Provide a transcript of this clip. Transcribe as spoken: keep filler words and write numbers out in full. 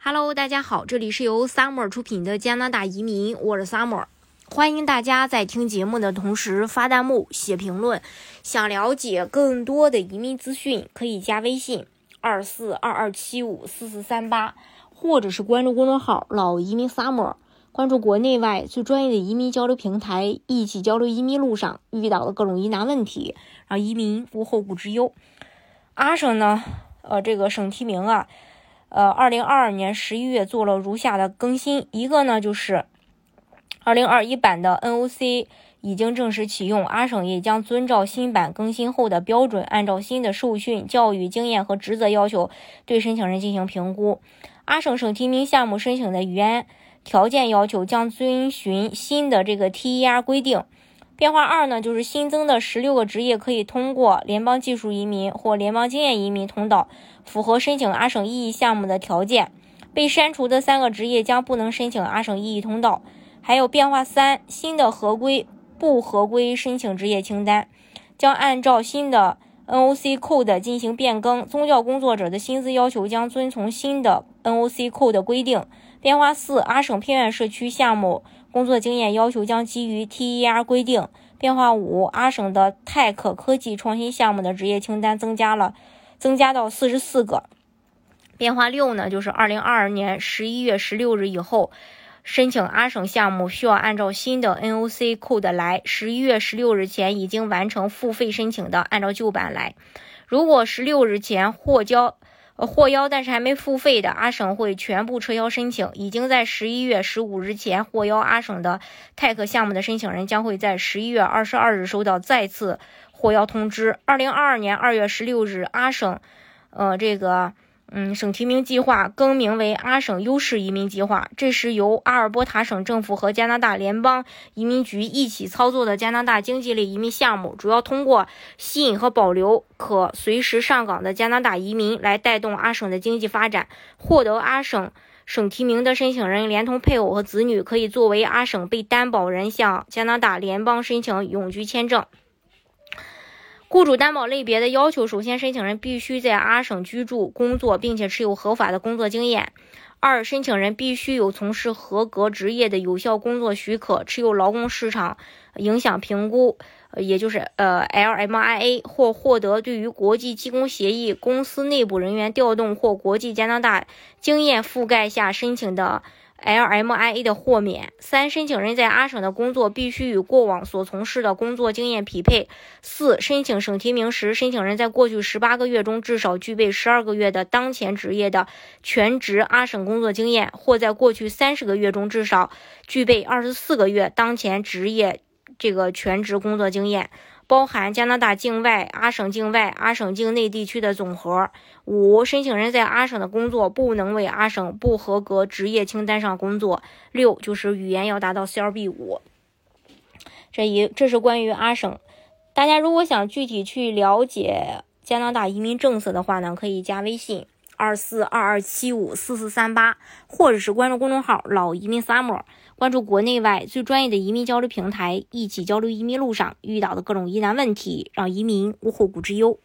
Hello， 大家好，这里是由 Summer 出品的加拿大移民，我是 Summer。欢迎大家在听节目的同时发弹幕、写评论。想了解更多的移民资讯，可以加微信二四二二七五四四三八，或者是关注公众号老移民 Summer， 关注国内外最专业的移民交流平台，一起交流移民路上遇到的各种疑难问题，让移民无后顾之忧。阿省呢，呃，这个省提名啊。呃，二零二二年十一月做了如下的更新，一个呢就是二零二一版的 N O C 已经正式启用，阿省也将遵照新版更新后的标准，按照新的受训、教育经验和职责要求，对申请人进行评估。阿省省提名项目申请的语言条件要求将遵循新的这个 T E R 规定。变化二呢，就是新增的十六个职业可以通过联邦技术移民或联邦经验移民通道，符合申请阿省意义项目的条件。被删除的三个职业将不能申请阿省意义通道。还有变化三，新的合规、不合规申请职业清单将按照新的 N O C Code 进行变更。宗教工作者的薪资要求将遵从新的 N O C Code 规定。变化四，阿省偏远社区项目工作经验要求将基于 T E R 规定。变化五，阿省的 Tech 科技创新项目的职业清单增加了，增加到四十四个。变化六呢，就是二零二二年十一月十六日以后，申请阿省项目需要按照新的 N O C Code 来，十一月十六日前已经完成付费申请的，按照旧版来。如果十六日前获交呃，获邀但是还没付费的，阿省会全部撤销申请。已经在十一月十五日前获邀阿省的 Tech 项目的申请人将会在十一月二十二日收到再次获邀通知。二零二二年二月十六日，阿省呃这个嗯省提名计划更名为阿省优势移民计划，这是由阿尔伯塔省政府和加拿大联邦移民局一起操作的加拿大经济类移民项目，主要通过吸引和保留可随时上岗的加拿大移民来带动阿省的经济发展。获得阿省省提名的申请人连同配偶和子女可以作为阿省被担保人向加拿大联邦申请永居签证。雇主担保类别的要求，首先申请人必须在阿省居住、工作，并且持有合法的工作经验。二，申请人必须有从事合格职业的有效工作许可，持有劳工市场影响评估，也就是呃 L M I A， 或获得对于国际技工协议、公司内部人员调动或国际加拿大经验覆盖下申请的L M I A 的豁免。三，申请人在阿省的工作必须与过往所从事的工作经验匹配。四，申请省提名时，申请人在过去十八个月中至少具备十二个月的当前职业的全职阿省工作经验，或在过去三十个月中至少具备二十四个月当前职业这个全职工作经验，包含加拿大境外、阿省境外、阿省境内地区的总和。五，申请人在阿省的工作不能为阿省不合格职业清单上工作。六，就是语言要达到 C L B 五。这一这是关于阿省。大家如果想具体去了解加拿大移民政策的话呢，可以加微信二四二二七五四四三八，或者是关注公众号老移民 Summer， 关注国内外最专业的移民交流平台，一起交流移民路上遇到的各种疑难问题，让移民无后顾之忧。